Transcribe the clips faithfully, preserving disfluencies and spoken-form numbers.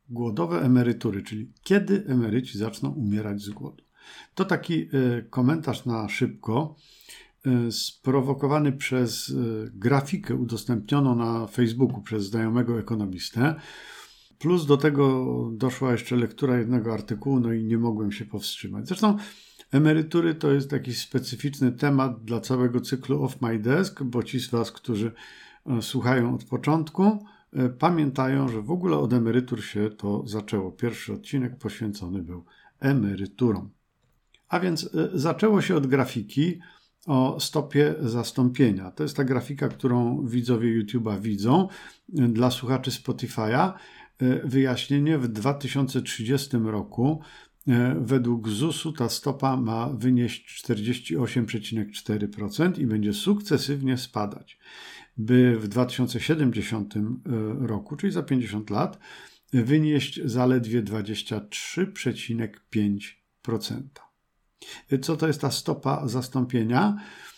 głodowe emerytury, czyli kiedy emeryci zaczną umierać z głodu. To taki komentarz na szybko, sprowokowany przez grafikę udostępnioną na Facebooku przez znajomego ekonomistę. Plus do tego doszła jeszcze lektura jednego artykułu, no i nie mogłem się powstrzymać. Zresztą emerytury to jest jakiś specyficzny temat dla całego cyklu Off My Desk, bo ci z Was, którzy słuchają od początku, pamiętają, że w ogóle od emerytur się to zaczęło. Pierwszy odcinek poświęcony był emeryturom. A więc zaczęło się od grafiki o stopie zastąpienia. To jest ta grafika, którą widzowie YouTube'a widzą. Dla słuchaczy Spotify'a wyjaśnienie: w dwa tysiące trzydziestym roku według zusu ta stopa ma wynieść czterdzieści osiem przecinek cztery procent i będzie sukcesywnie spadać, by w dwa tysiące siedemdziesiątym roku, czyli za pięćdziesiąt lat, wynieść zaledwie dwadzieścia trzy przecinek pięć procent. Co to jest ta stopa zastąpienia?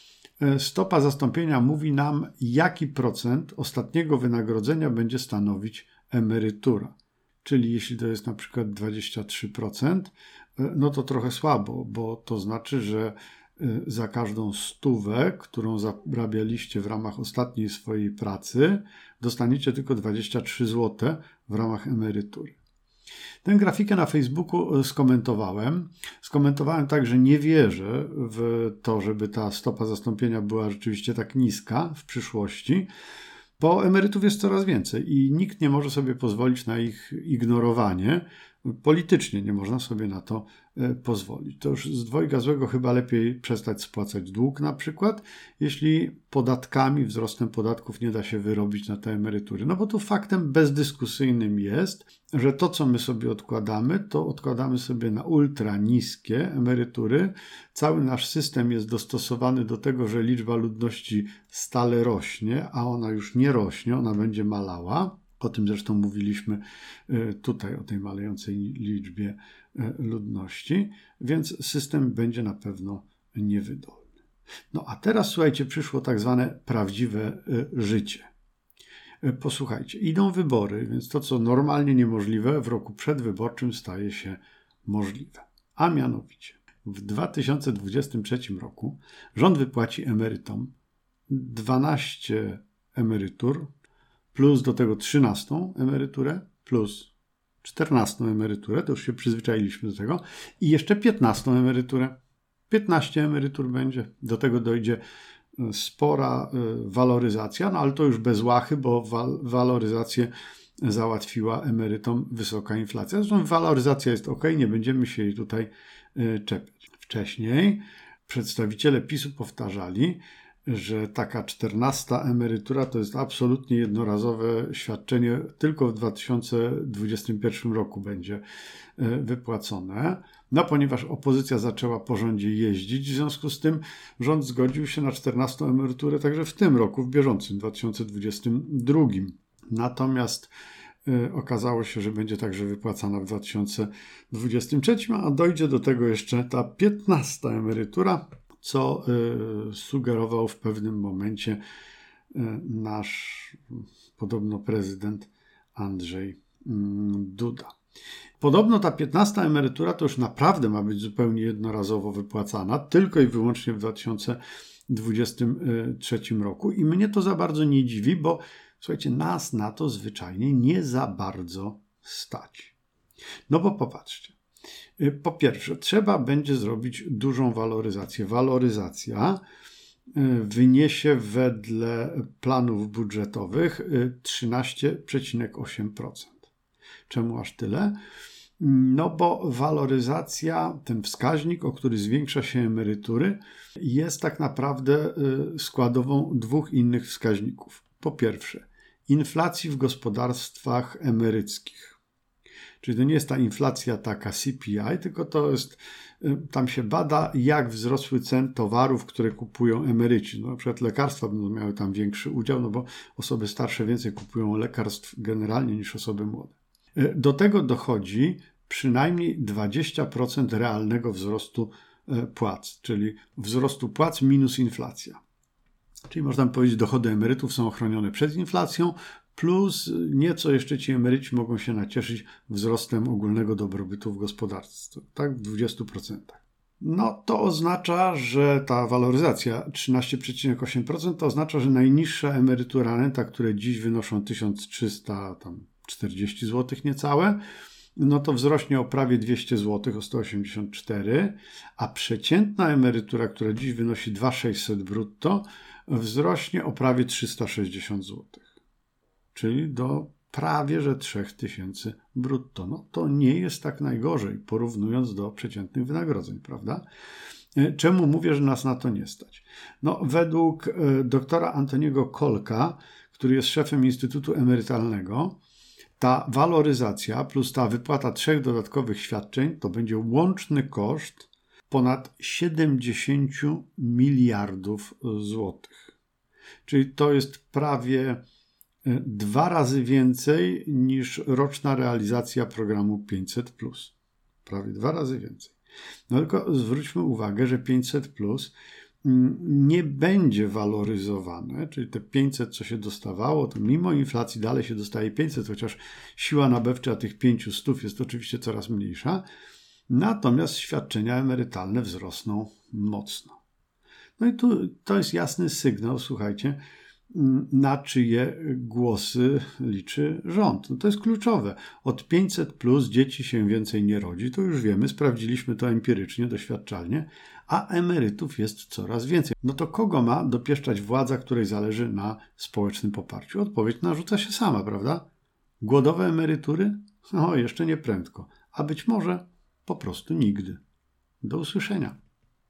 Stopa zastąpienia mówi nam, jaki procent ostatniego wynagrodzenia będzie stanowić emerytura. Czyli jeśli to jest na przykład dwadzieścia trzy procent, no to trochę słabo, bo to znaczy, że za każdą stówę, którą zarabialiście w ramach ostatniej swojej pracy, dostaniecie tylko dwadzieścia trzy złote w ramach emerytury. Tę grafikę na Facebooku skomentowałem. Skomentowałem tak, że nie wierzę w to, żeby ta stopa zastąpienia była rzeczywiście tak niska w przyszłości, bo emerytów jest coraz więcej i nikt nie może sobie pozwolić na ich ignorowanie. Politycznie nie można sobie na to pozwolić. To już z dwojga złego chyba lepiej przestać spłacać dług na przykład, jeśli podatkami, wzrostem podatków nie da się wyrobić na te emerytury. No bo tu faktem bezdyskusyjnym jest, że to, co my sobie odkładamy, to odkładamy sobie na ultra niskie emerytury. Cały nasz system jest dostosowany do tego, że liczba ludności stale rośnie, a ona już nie rośnie, ona będzie malała. O tym zresztą mówiliśmy tutaj, o tej malejącej liczbie ludności, więc system będzie na pewno niewydolny. No a teraz, słuchajcie, przyszło tak zwane prawdziwe życie. Posłuchajcie, idą wybory, więc to, co normalnie niemożliwe, w roku przedwyborczym staje się możliwe. A mianowicie w dwa tysiące dwudziestym trzecim roku rząd wypłaci emerytom dwanaście emerytur, plus do tego trzynastą emeryturę, plus czternastą emeryturę, to już się przyzwyczailiśmy do tego, i jeszcze piętnastą emeryturę. piętnaście emerytur będzie. Do tego dojdzie spora waloryzacja, no ale to już bez łachy, bo wal- waloryzację załatwiła emerytom wysoka inflacja. Zresztą waloryzacja jest ok, nie będziemy się jej tutaj czepiać. Wcześniej przedstawiciele PiSu powtarzali, że taka czternasta emerytura to jest absolutnie jednorazowe świadczenie, tylko w dwa tysiące dwudziestym pierwszym roku będzie wypłacone. No ponieważ opozycja zaczęła po rządzie jeździć, w związku z tym rząd zgodził się na czternastą emeryturę także w tym roku, w bieżącym, dwa tysiące dwudziestym drugim. Natomiast y, okazało się, że będzie także wypłacana w dwa tysiące dwudziestym trzecim, a dojdzie do tego jeszcze ta piętnasta emerytura, co y, sugerował w pewnym momencie y, nasz podobno prezydent Andrzej y, Duda. Podobno ta piętnasta emerytura to już naprawdę ma być zupełnie jednorazowo wypłacana, tylko i wyłącznie w dwa tysiące dwudziestym trzecim roku i mnie to za bardzo nie dziwi, bo słuchajcie, nas na to zwyczajnie nie za bardzo stać. No bo popatrzcie. Po pierwsze, trzeba będzie zrobić dużą waloryzację. Waloryzacja wyniesie wedle planów budżetowych trzynaście przecinek osiem procent. Czemu aż tyle? No bo waloryzacja, ten wskaźnik, o który zwiększa się emerytury, jest tak naprawdę składową dwóch innych wskaźników. Po pierwsze, inflacji w gospodarstwach emeryckich. Czyli to nie jest ta inflacja taka C P I, tylko to jest, tam się bada, jak wzrosły ceny towarów, które kupują emeryci. No, na przykład lekarstwa będą miały tam większy udział, no bo osoby starsze więcej kupują lekarstw generalnie niż osoby młode. Do tego dochodzi przynajmniej dwadzieścia procent realnego wzrostu płac, czyli wzrostu płac minus inflacja. Czyli można powiedzieć, dochody emerytów są ochronione przed inflacją, plus nieco jeszcze ci emeryci mogą się nacieszyć wzrostem ogólnego dobrobytu w gospodarce, tak, w dwudziestu procentach. No to oznacza, że ta waloryzacja trzynaście przecinek osiem procent to oznacza, że najniższa emerytura renta, które dziś wynoszą tysiąc trzysta czterdzieści złotych niecałe, no to wzrośnie o prawie dwieście złotych, o sto osiemdziesiąt cztery, a przeciętna emerytura, która dziś wynosi dwa tysiące sześćset brutto, wzrośnie o prawie trzysta sześćdziesiąt złotych, czyli do prawie że trzy tysiące brutto. No to nie jest tak najgorzej, porównując do przeciętnych wynagrodzeń, prawda? Czemu mówię, że nas na to nie stać? No, według doktora Antoniego Kolka, który jest szefem Instytutu Emerytalnego, ta waloryzacja plus ta wypłata trzech dodatkowych świadczeń to będzie łączny koszt ponad siedemdziesiąt miliardów złotych. Czyli to jest prawie dwa razy więcej niż roczna realizacja programu pięćset plus. Prawie dwa razy więcej. No tylko zwróćmy uwagę, że pięćset plus nie będzie waloryzowane, czyli te pięćset, co się dostawało, to mimo inflacji dalej się dostaje pięćset, chociaż siła nabywcza tych pięciuset jest oczywiście coraz mniejsza, natomiast świadczenia emerytalne wzrosną mocno. No i tu to jest jasny sygnał, słuchajcie, na czyje głosy liczy rząd. No to jest kluczowe. Od pięćset plus dzieci się więcej nie rodzi, to już wiemy, sprawdziliśmy to empirycznie, doświadczalnie, a emerytów jest coraz więcej. No to kogo ma dopieszczać władza, której zależy na społecznym poparciu? Odpowiedź narzuca się sama, prawda? Głodowe emerytury? No, jeszcze nie prędko. A być może po prostu nigdy. Do usłyszenia.